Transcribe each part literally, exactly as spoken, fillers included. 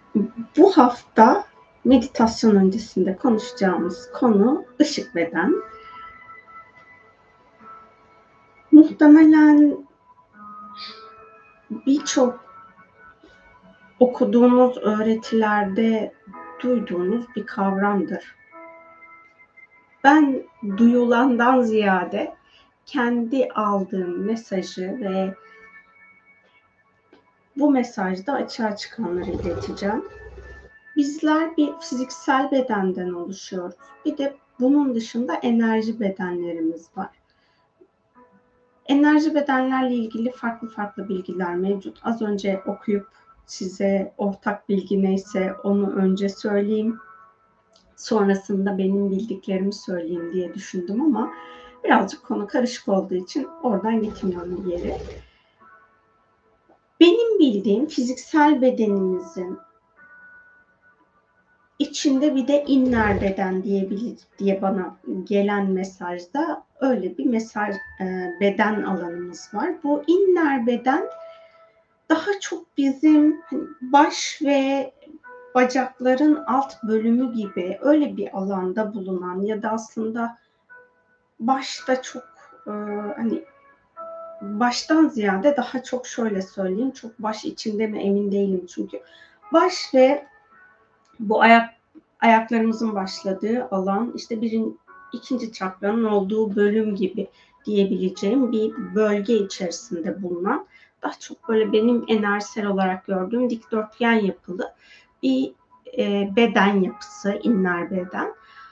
Bu hafta meditasyon öncesinde konuşacağımız konu ışık beden. Muhtemelen birçok okuduğunuz öğretilerde duyduğunuz bir kavramdır. Ben duyulandan ziyade kendi aldığım mesajı ve bu mesajda açığa çıkanları ileteceğim. Bizler bir fiziksel bedenden oluşuyoruz. Bir de bunun dışında enerji bedenlerimiz var. Enerji bedenlerle ilgili farklı farklı bilgiler mevcut. Az önce okuyup size ortak bilgi neyse onu önce söyleyeyim. Sonrasında benim bildiklerimi söyleyeyim diye düşündüm ama birazcık konu karışık olduğu için oradan gitmiyorum geri. Benim bildiğim fiziksel bedenimizin içinde bir de inner beden diyebilir diye bana gelen mesajda öyle bir mesaj e, beden alanımız var. Bu inner beden daha çok bizim baş ve bacakların alt bölümü gibi öyle bir alanda bulunan ya da aslında başta çok e, hani baştan ziyade daha çok şöyle söyleyeyim, çok baş içinde mi emin değilim çünkü baş ve bu ayak ayaklarımızın başladığı alan işte birin, ikinci çakranın olduğu bölüm gibi diyebileceğim bir bölge içerisinde bulunan daha çok böyle benim enerjisel olarak gördüğüm dikdörtgen yapılı bir e, beden yapısı, inner beden.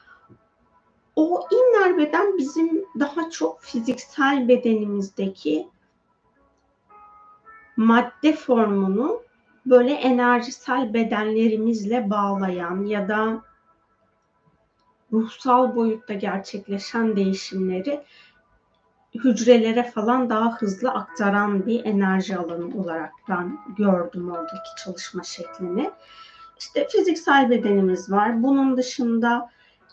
O inner beden bizim daha çok fiziksel bedenimizdeki madde formunu böyle enerjisel bedenlerimizle bağlayan ya da ruhsal boyutta gerçekleşen değişimleri hücrelere falan daha hızlı aktaran bir enerji alanı olarak ben gördüm oradaki çalışma şeklini. İşte fiziksel bedenimiz var. Bunun dışında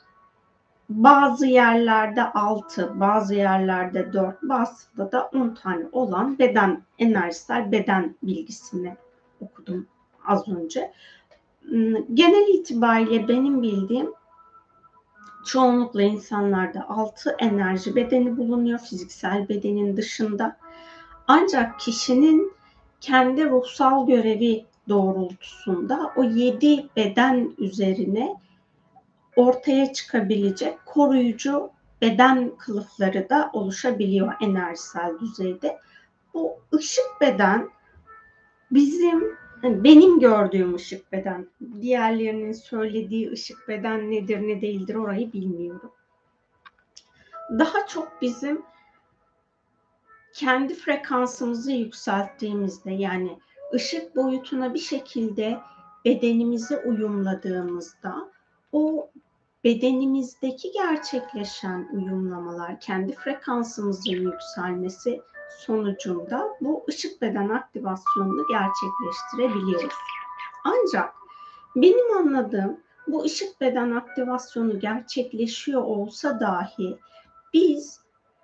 bazı yerlerde altı, bazı yerlerde dört, bazısında da on tane olan beden, enerjisel beden bilgisini okudum az önce. Genel itibariyle benim bildiğim çoğunlukla insanlarda altı enerji bedeni bulunuyor fiziksel bedenin dışında. Ancak kişinin kendi ruhsal görevi doğrultusunda o yedi beden üzerine ortaya çıkabilecek koruyucu beden kılıfları da oluşabiliyor enerjisel düzeyde. Bu ışık beden bizim, benim gördüğüm ışık beden, diğerlerinin söylediği ışık beden nedir ne değildir orayı bilmiyorum. Daha çok bizim kendi frekansımızı yükselttiğimizde yani ışık boyutuna bir şekilde bedenimizi uyumladığımızda o bedenimizdeki gerçekleşen uyumlamalar, kendi frekansımızın yükselmesi sonucunda bu ışık beden aktivasyonunu gerçekleştirebiliyoruz. Ancak benim anladığım bu ışık beden aktivasyonu gerçekleşiyor olsa dahi biz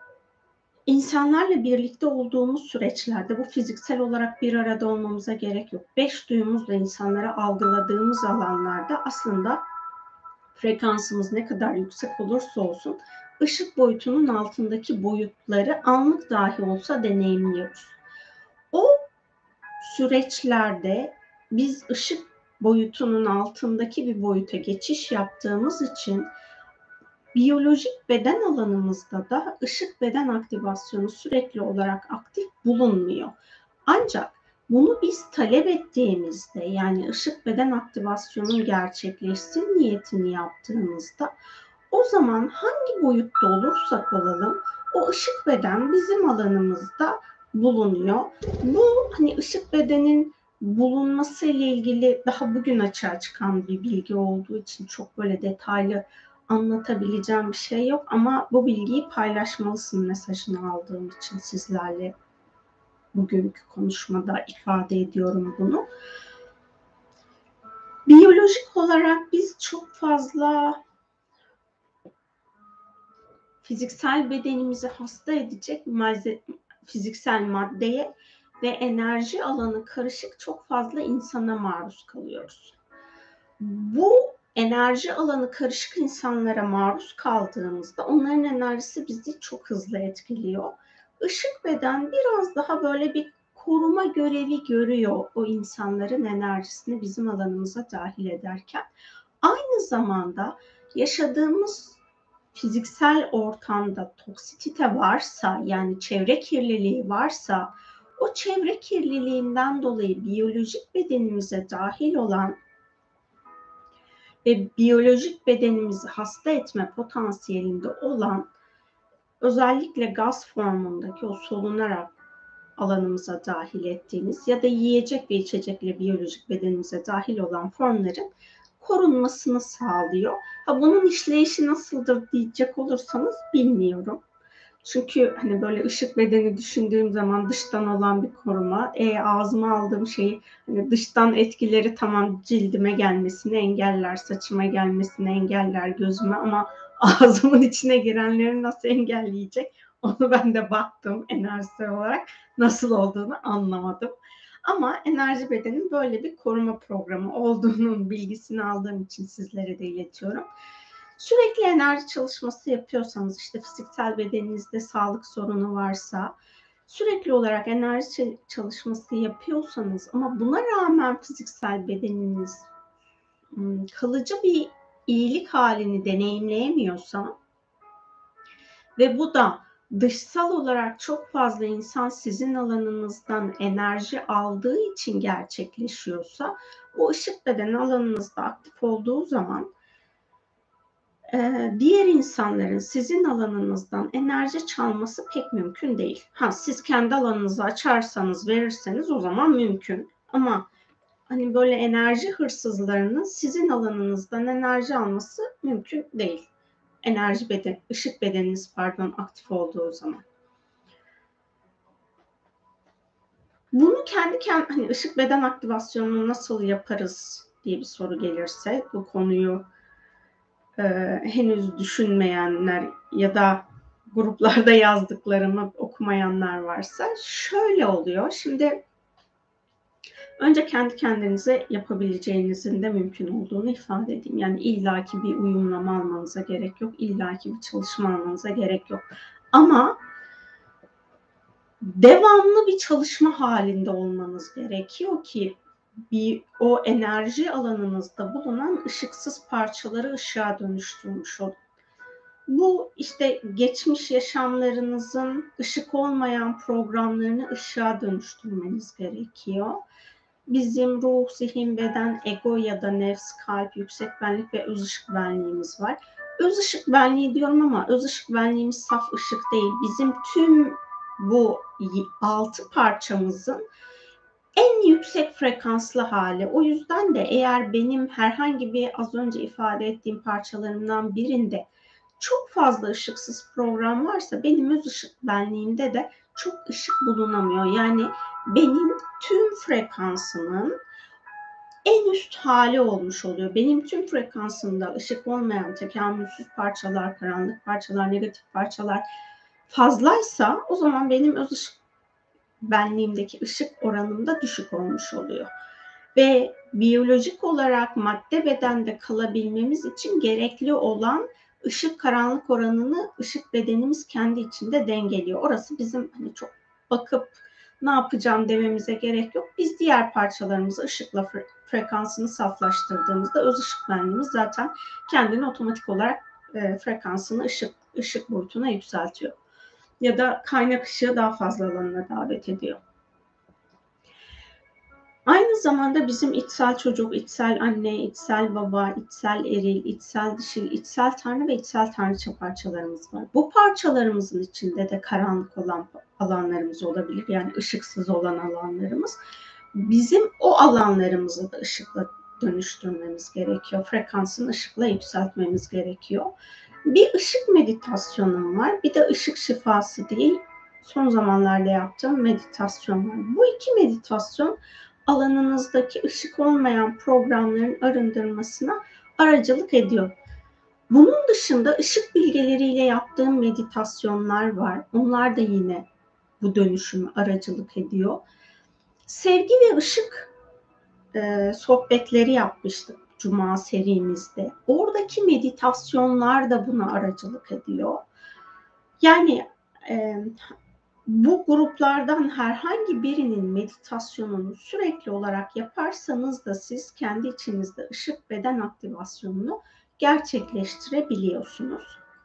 İnsanlarla birlikte olduğumuz süreçlerde bu fiziksel olarak bir arada olmamıza gerek yok. Beş duyumuzla insanları algıladığımız alanlarda aslında frekansımız ne kadar yüksek olursa olsun ışık boyutunun altındaki boyutları anlık dahi olsa deneyimliyoruz. O süreçlerde biz ışık boyutunun altındaki bir boyuta geçiş yaptığımız için biyolojik beden alanımızda da ışık beden aktivasyonu sürekli olarak aktif bulunmuyor. Ancak bunu biz talep ettiğimizde yani ışık beden aktivasyonun gerçekleşsin niyetini yaptığımızda o zaman hangi boyutta olursak olalım o ışık beden bizim alanımızda bulunuyor. Bu hani ışık bedenin bulunması ile ilgili daha bugün açığa çıkan bir bilgi olduğu için çok böyle detaylı anlatabileceğim bir şey yok ama bu bilgiyi paylaşmalısın mesajını aldığım için sizlerle bugünkü konuşmada ifade ediyorum bunu. Biyolojik olarak biz çok fazla fiziksel bedenimizi hasta edecek fiziksel maddeye ve enerji alanı karışık çok fazla insana maruz kalıyoruz. Bu enerji alanı karışık insanlara maruz kaldığımızda onların enerjisi bizi çok hızlı etkiliyor. Işık beden biraz daha böyle bir koruma görevi görüyor o insanların enerjisini bizim alanımıza dahil ederken. Aynı zamanda yaşadığımız fiziksel ortamda toksitite varsa, yani çevre kirliliği varsa, o çevre kirliliğinden dolayı biyolojik bedenimize dahil olan ve biyolojik bedenimizi hasta etme potansiyelinde olan, özellikle gaz formundaki o solunarak alanımıza dahil ettiğimiz ya da yiyecek ve içecekle biyolojik bedenimize dahil olan formların korunmasını sağlıyor. Ha, bunun işleyişi nasıldır diyecek olursanız bilmiyorum. Çünkü hani böyle ışık bedeni düşündüğüm zaman dıştan olan bir koruma. E, ağzıma aldığım şeyi hani dıştan etkileri tamam cildime gelmesini engeller, saçıma gelmesini engeller, gözüme, ama ağzımın içine girenleri nasıl engelleyecek? Onu ben de baktım enerjisel olarak nasıl olduğunu anlamadım. Ama enerji bedenin böyle bir koruma programı olduğunun bilgisini aldığım için sizlere de iletiyorum. Sürekli enerji çalışması yapıyorsanız, işte fiziksel bedeninizde sağlık sorunu varsa, sürekli olarak enerji çalışması yapıyorsanız ama buna rağmen fiziksel bedeniniz kalıcı bir iyilik halini deneyimleyemiyorsa ve bu da dışsal olarak çok fazla insan sizin alanınızdan enerji aldığı için gerçekleşiyorsa, o ışık beden alanınızda aktif olduğu zaman diğer insanların sizin alanınızdan enerji çalması pek mümkün değil. Ha, siz kendi alanınızı açarsanız, verirseniz o zaman mümkün. Ama hani böyle enerji hırsızlarının sizin alanınızdan enerji alması mümkün değil. Enerji beden, ışık bedeniniz pardon aktif olduğu zaman. Bunu kendi kendine, hani ışık beden aktivasyonunu nasıl yaparız diye bir soru gelirse, bu konuyu e, henüz düşünmeyenler ya da gruplarda yazdıklarımı okumayanlar varsa şöyle oluyor. Şimdi önce kendi kendinize yapabileceğinizin de mümkün olduğunu ifade edeyim. Yani illaki bir uyumlama almanıza gerek yok. İllaki bir çalışma almanıza gerek yok. Ama devamlı bir çalışma halinde olmanız gerekiyor ki bir o enerji alanınızda bulunan ışıksız parçaları ışığa dönüştürmüş olun. Bu işte geçmiş yaşamlarınızın ışık olmayan programlarını ışığa dönüştürmeniz gerekiyor. Bizim ruh, zihin, beden, ego ya da nefs, kalp, yüksek benlik ve öz ışık benliğimiz var. Öz ışık benliği diyorum ama öz ışık benliğimiz saf ışık değil. Bizim tüm bu altı parçamızın en yüksek frekanslı hali. O yüzden de eğer benim herhangi bir az önce ifade ettiğim parçalarımdan birinde çok fazla ışıksız program varsa, benim öz ışık benliğimde de çok ışık bulunamıyor. Yani benim tüm frekansımın en üst hali olmuş oluyor. Benim tüm frekansımda ışık olmayan tekamülsüz parçalar, karanlık parçalar, negatif parçalar fazlaysa, o zaman benim öz ışık benliğimdeki ışık oranım da düşük olmuş oluyor. Ve biyolojik olarak madde bedende kalabilmemiz için gerekli olan ışık karanlık oranını ışık bedenimiz kendi içinde dengeliyor. Orası bizim hani çok bakıp ne yapacağım dememize gerek yok. Biz diğer parçalarımızı ışıkla frekansını saflaştırdığımızda öz ışık benliğimiz zaten kendini otomatik olarak e, frekansını ışık ışık boyutuna yükseltiyor. Ya da kaynak ışığı daha fazla alanına davet ediyor. Aynı zamanda bizim içsel çocuk, içsel anne, içsel baba, içsel eril, içsel dişil, içsel tanrı ve içsel tanrıça parçalarımız var. Bu parçalarımızın içinde de karanlık olan alanlarımız olabilir. Yani ışıksız olan alanlarımız. Bizim o alanlarımızı da ışıkla dönüştürmemiz gerekiyor. Frekansını ışıkla yükseltmemiz gerekiyor. Bir ışık meditasyonum var. Bir de ışık şifası değil, son zamanlarda yaptığım meditasyon var. Bu iki meditasyon alanınızdaki ışık olmayan programların arındırmasına aracılık ediyor. Bunun dışında ışık bilgeleriyle yaptığım meditasyonlar var. Onlar da yine bu dönüşümü aracılık ediyor. Sevgi ve ışık e, sohbetleri yapmıştık. Cuma serimizde. Oradaki meditasyonlar da buna aracılık ediyor. Yani e, bu gruplardan herhangi birinin meditasyonunu sürekli olarak yaparsanız da siz kendi içinizde ışık beden aktivasyonunu gerçekleştirebiliyorsunuz.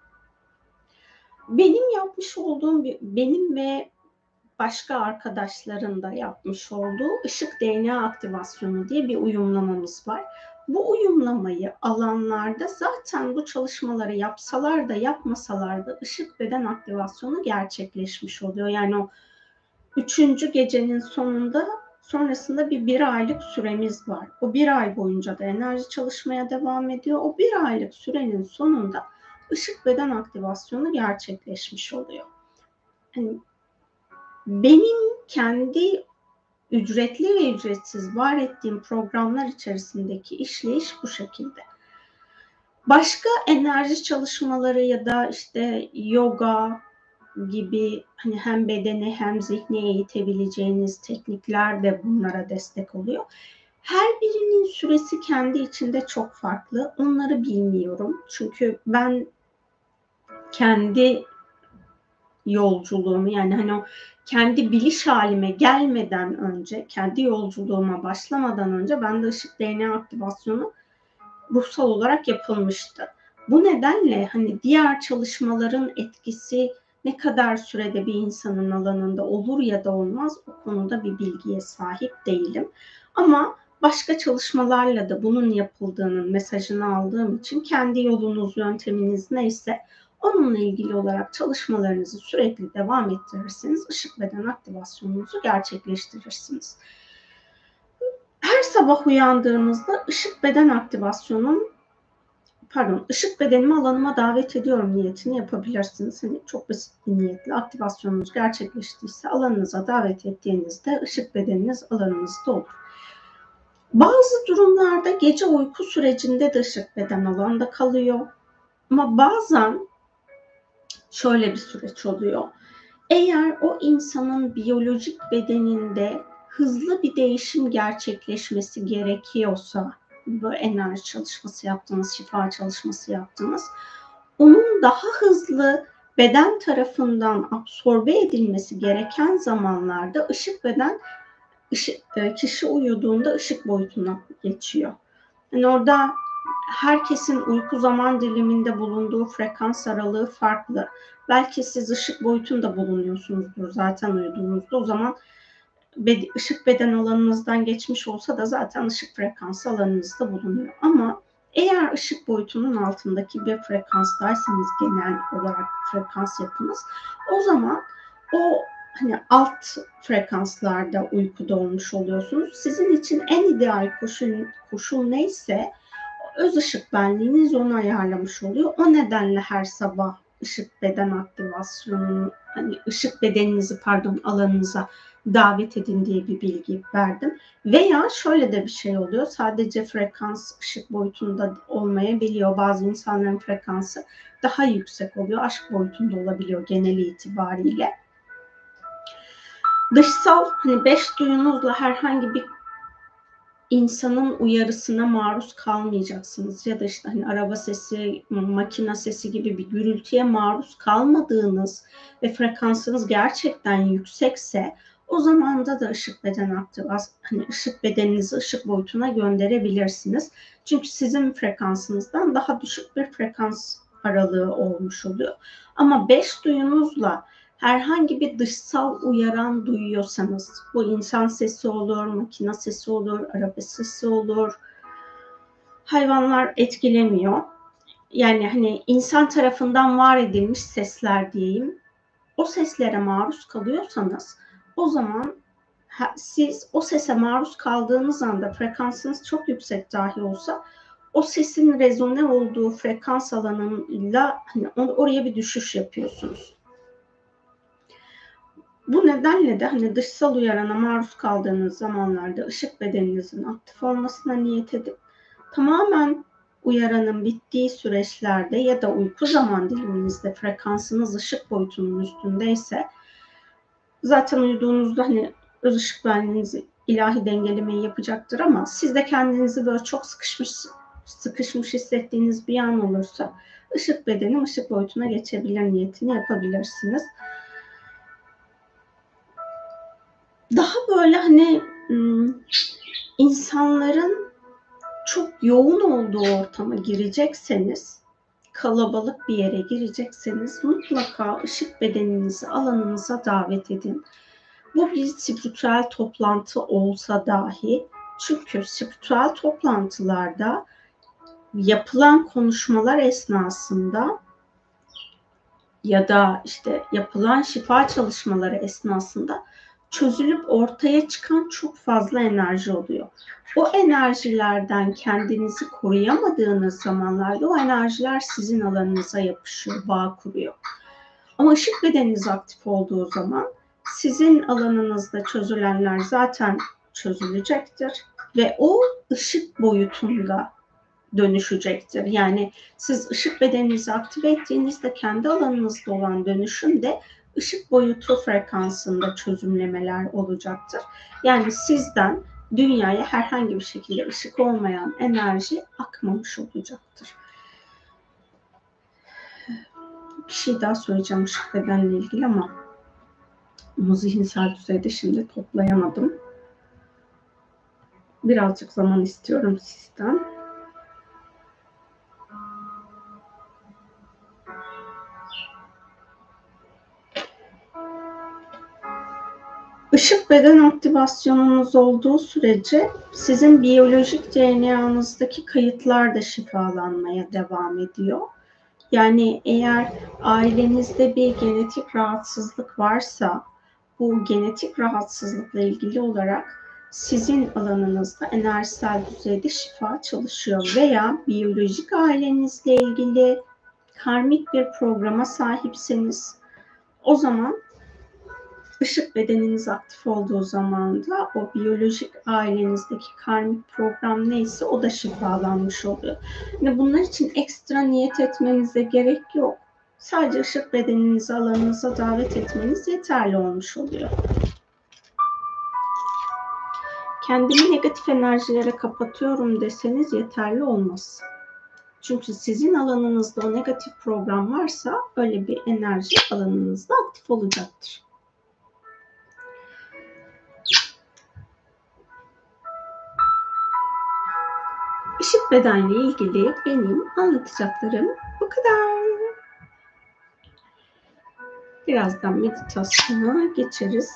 Benim yapmış olduğum, benim ve başka arkadaşların da yapmış olduğu ışık D N A aktivasyonu diye bir uyumlamamız var. Bu uyumlamayı alanlarda zaten bu çalışmaları yapsalar da yapmasalar da ışık beden aktivasyonu gerçekleşmiş oluyor. Yani o üçüncü gecenin sonunda sonrasında bir bir aylık süremiz var. O bir ay boyunca da enerji çalışmaya devam ediyor. O bir aylık sürenin sonunda ışık beden aktivasyonu gerçekleşmiş oluyor. Yani benim kendi ücretli ve ücretsiz var ettiğim programlar içerisindeki işleyiş bu şekilde. Başka enerji çalışmaları ya da işte yoga gibi hani hem bedeni hem zihni eğitebileceğiniz teknikler de bunlara destek oluyor. Her birinin süresi kendi içinde çok farklı. Onları bilmiyorum. Çünkü ben kendi yolculuğumu, yani hani o kendi biliş halime gelmeden önce, kendi yolculuğuma başlamadan önce bende ışık D N A aktivasyonu ruhsal olarak yapılmıştı. Bu nedenle hani diğer çalışmaların etkisi ne kadar sürede bir insanın alanında olur ya da olmaz, o konuda bir bilgiye sahip değilim. Ama başka çalışmalarla da bunun yapıldığının mesajını aldığım için kendi yolunuz, yönteminiz neyse onunla ilgili olarak çalışmalarınızı sürekli devam ettirirseniz ışık beden aktivasyonunuzu gerçekleştirirsiniz. Her sabah uyandığınızda ışık beden aktivasyonun pardon, ışık bedenimi alanıma davet ediyorum niyetini yapabilirsiniz. Hani çok basit bir niyetle aktivasyonunuz gerçekleştiyse alanınıza davet ettiğinizde ışık bedeniniz alanınızda olur. Bazı durumlarda gece uyku sürecinde de ışık beden alanda kalıyor. Ama bazen şöyle bir süreç oluyor. Eğer o insanın biyolojik bedeninde hızlı bir değişim gerçekleşmesi gerekiyorsa, böyle enerji çalışması yaptınız, şifa çalışması yaptınız, onun daha hızlı beden tarafından absorbe edilmesi gereken zamanlarda ışık beden ışık, kişi uyuduğunda ışık boyutuna geçiyor. Yani orada herkesin uyku zaman diliminde bulunduğu frekans aralığı farklı. Belki siz ışık boyutunda bulunuyorsunuzdur zaten uyuduğunuzda. O zaman ışık beden alanınızdan geçmiş olsa da zaten ışık frekansı alanınızda bulunuyor. Ama eğer ışık boyutunun altındaki bir frekanstaysanız, genel olarak frekans yapınız, o zaman o hani alt frekanslarda uykuda olmuş oluyorsunuz. Sizin için en ideal koşul, koşul neyse öz ışık benliğiniz onu ayarlamış oluyor. O nedenle her sabah ışık beden aktivasyonunu, hani ışık bedeninizi pardon alanınıza davet edin diye bir bilgi verdim. Veya şöyle de bir şey oluyor. Sadece frekans ışık boyutunda olmayabiliyor. Bazı insanların frekansı daha yüksek oluyor. Aşk boyutunda olabiliyor geneli itibariyle. Dışsal hani beş duyunuzla herhangi bir insanın uyarısına maruz kalmayacaksınız ya da işte hani araba sesi, makine sesi gibi bir gürültüye maruz kalmadığınız ve frekansınız gerçekten yüksekse o zamanda da ışık beden aktivasyon, hani ışık bedeninizi ışık boyutuna gönderebilirsiniz. Çünkü sizin frekansınızdan daha düşük bir frekans aralığı olmuş oluyor. Ama beş duyunuzla herhangi bir dışsal uyaran duyuyorsanız, bu insan sesi olur, makine sesi olur, araba sesi olur, hayvanlar etkilemiyor. Yani hani insan tarafından var edilmiş sesler diyeyim. O seslere maruz kalıyorsanız o zaman siz o sese maruz kaldığınız anda frekansınız çok yüksek dahi olsa o sesin rezone olduğu frekans alanıyla hani oraya bir düşüş yapıyorsunuz. Bu nedenle de hani dışsal uyarana maruz kaldığınız zamanlarda ışık bedeninizin aktif olmasına niyet edip tamamen uyaranın bittiği süreçlerde ya da uyku zaman diliminizde frekansınız ışık boyutunun üstündeyse zaten uyuduğunuzda hani öz ışık benliğiniz ilahi dengelemeyi yapacaktır ama siz de kendinizi böyle çok sıkışmış sıkışmış hissettiğiniz bir an olursa ışık bedeni ışık boyutuna geçebilir niyetini yapabilirsiniz. Daha böyle hani insanların çok yoğun olduğu ortama girecekseniz, kalabalık bir yere girecekseniz mutlaka ışık bedeninizi alanınıza davet edin. Bu bir spiritüel toplantı olsa dahi, çünkü spiritüel toplantılarda yapılan konuşmalar esnasında ya da işte yapılan şifa çalışmaları esnasında çözülüp ortaya çıkan çok fazla enerji oluyor. O enerjilerden kendinizi koruyamadığınız zamanlarda o enerjiler sizin alanınıza yapışıyor, bağ kuruyor. Ama ışık bedeniniz aktif olduğu zaman sizin alanınızda çözülenler zaten çözülecektir ve o ışık boyutunda dönüşecektir. Yani siz ışık bedeninizi aktive ettiğinizde kendi alanınızda olan dönüşüm de ışık boyutu frekansında çözümlemeler olacaktır. Yani sizden dünyaya herhangi bir şekilde ışık olmayan enerji akmamış olacaktır. Bir şey daha söyleyeceğim ışık bedenle ilgili ama bunu zihinsel düzeyde şimdi toplayamadım. Birazcık zaman istiyorum sizden. Işık beden aktivasyonunuz olduğu sürece sizin biyolojik D N A'nızdaki kayıtlar da şifalanmaya devam ediyor. Yani eğer ailenizde bir genetik rahatsızlık varsa bu genetik rahatsızlıkla ilgili olarak sizin alanınızda enerjisel düzeyde şifa çalışıyor veya biyolojik ailenizle ilgili karmik bir programa sahipseniz o zaman ışık bedeniniz aktif olduğu zaman da o biyolojik ailenizdeki karmik program neyse o da şifalanmış oluyor. Yani bunlar için ekstra niyet etmenize gerek yok. Sadece ışık bedeninizi alanınıza davet etmeniz yeterli olmuş oluyor. Kendimi negatif enerjilere kapatıyorum deseniz yeterli olmaz. Çünkü sizin alanınızda o negatif program varsa öyle bir enerji alanınızda aktif olacaktır. Işık bedenle ilgili benim anlatacaklarım bu kadar. Birazdan meditasyona geçeriz.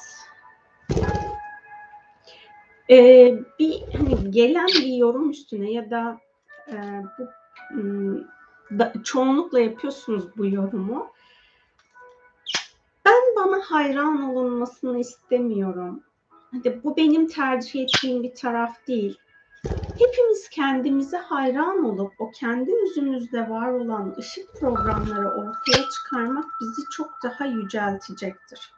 Ee, bir hani gelen bir yorum üstüne ya da e, bu da, çoğunlukla yapıyorsunuz bu yorumu. Ben bana hayran olunmasını istemiyorum. Hadi bu benim tercih ettiğim bir taraf değil. Hepimiz kendimize hayran olup o kendi yüzümüzde var olan ışık programları ortaya çıkarmak bizi çok daha yüceltecektir.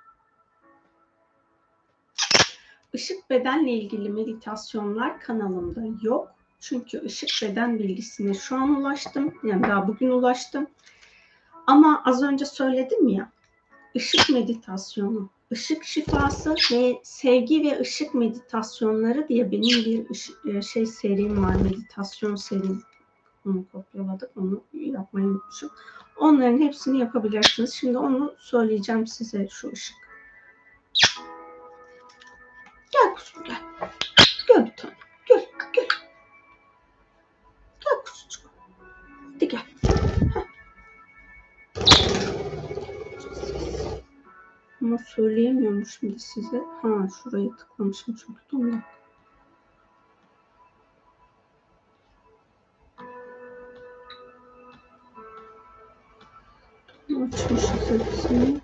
Işık bedenle ilgili meditasyonlar kanalımda yok. Çünkü ışık beden bilgisine şu an ulaştım. Yani daha bugün ulaştım. Ama az önce söyledim ya, ışık meditasyonu, ışık şifası ve sevgi ve ışık meditasyonları diye benim bir ışık, şey serim var, meditasyon serim. Onu kopyaladık, onu yapmayı unutmuşum. Onların hepsini yapabilirsiniz. Şimdi onu söyleyeceğim size, şu ışık. Gel kuzum gel. Gel bir tane. Gel, gel. Gel kuzucuk. Hadi gel. Heh. Ama söyleyemiyorum şimdi size. Ha, şuraya tıklamışım çünkü. Tamam. Açmışız hepsini.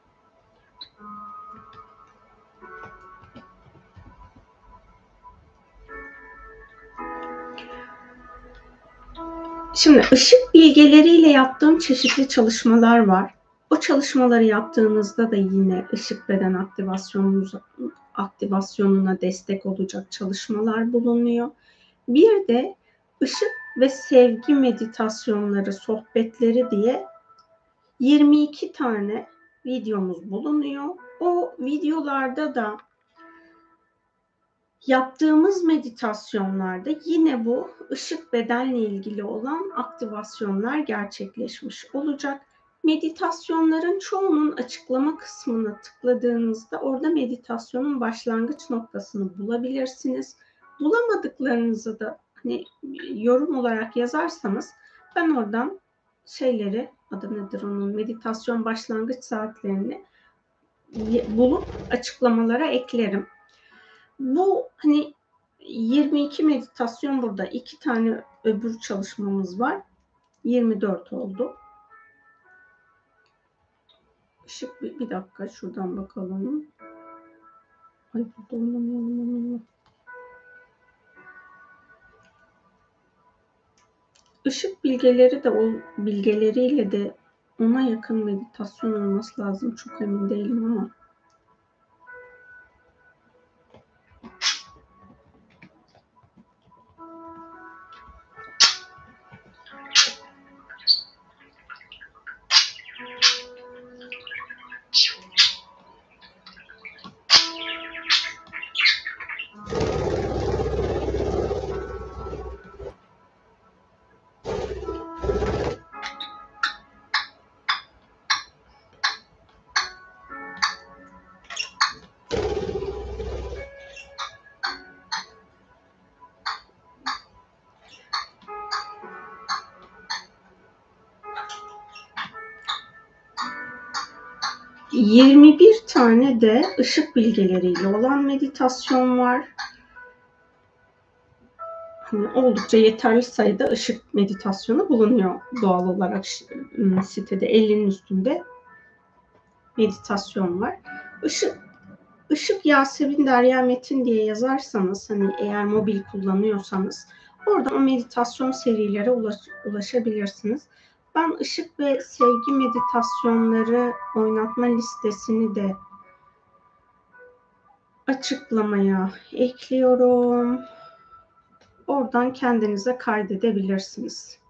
Şimdi ışık bilgeleriyle yaptığım çeşitli çalışmalar var. O çalışmaları yaptığınızda da yine ışık beden aktivasyonumuza, aktivasyonuna destek olacak çalışmalar bulunuyor. Bir de ışık ve sevgi meditasyonları, sohbetleri diye yirmi iki tane videomuz bulunuyor. O videolarda da Yaptığımız meditasyonlarda yine bu ışık bedenle ilgili olan aktivasyonlar gerçekleşmiş olacak. Meditasyonların çoğunun açıklama kısmına tıkladığınızda orada meditasyonun başlangıç noktasını bulabilirsiniz. Bulamadıklarınızı da hani yorum olarak yazarsanız ben oradan şeyleri, adı nedir onun, meditasyon başlangıç saatlerini bulup açıklamalara eklerim. Bu hani yirmi iki meditasyon burada. iki tane öbür çalışmamız var. yirmi dört oldu. Işık bir, bir dakika şuradan bakalım. Ay burada oynamayalım. Işık bilgeleri de o bilgeleriyle de ona yakın meditasyon olması lazım. Çok emin değilim ama. yirmi bir tane de ışık bilgeleriyle olan meditasyon var. Hani oldukça yeterli sayıda ışık meditasyonu bulunuyor doğal olarak sitede. ellinin üstünde meditasyon var. Işık, Işık Yasemin Derya Metin diye yazarsanız, hani eğer mobil kullanıyorsanız oradan o meditasyon serilere ulaş, ulaşabilirsiniz. Ben ışık ve sevgi meditasyonları oynatma listesini de açıklamaya ekliyorum. Oradan kendinize kaydedebilirsiniz.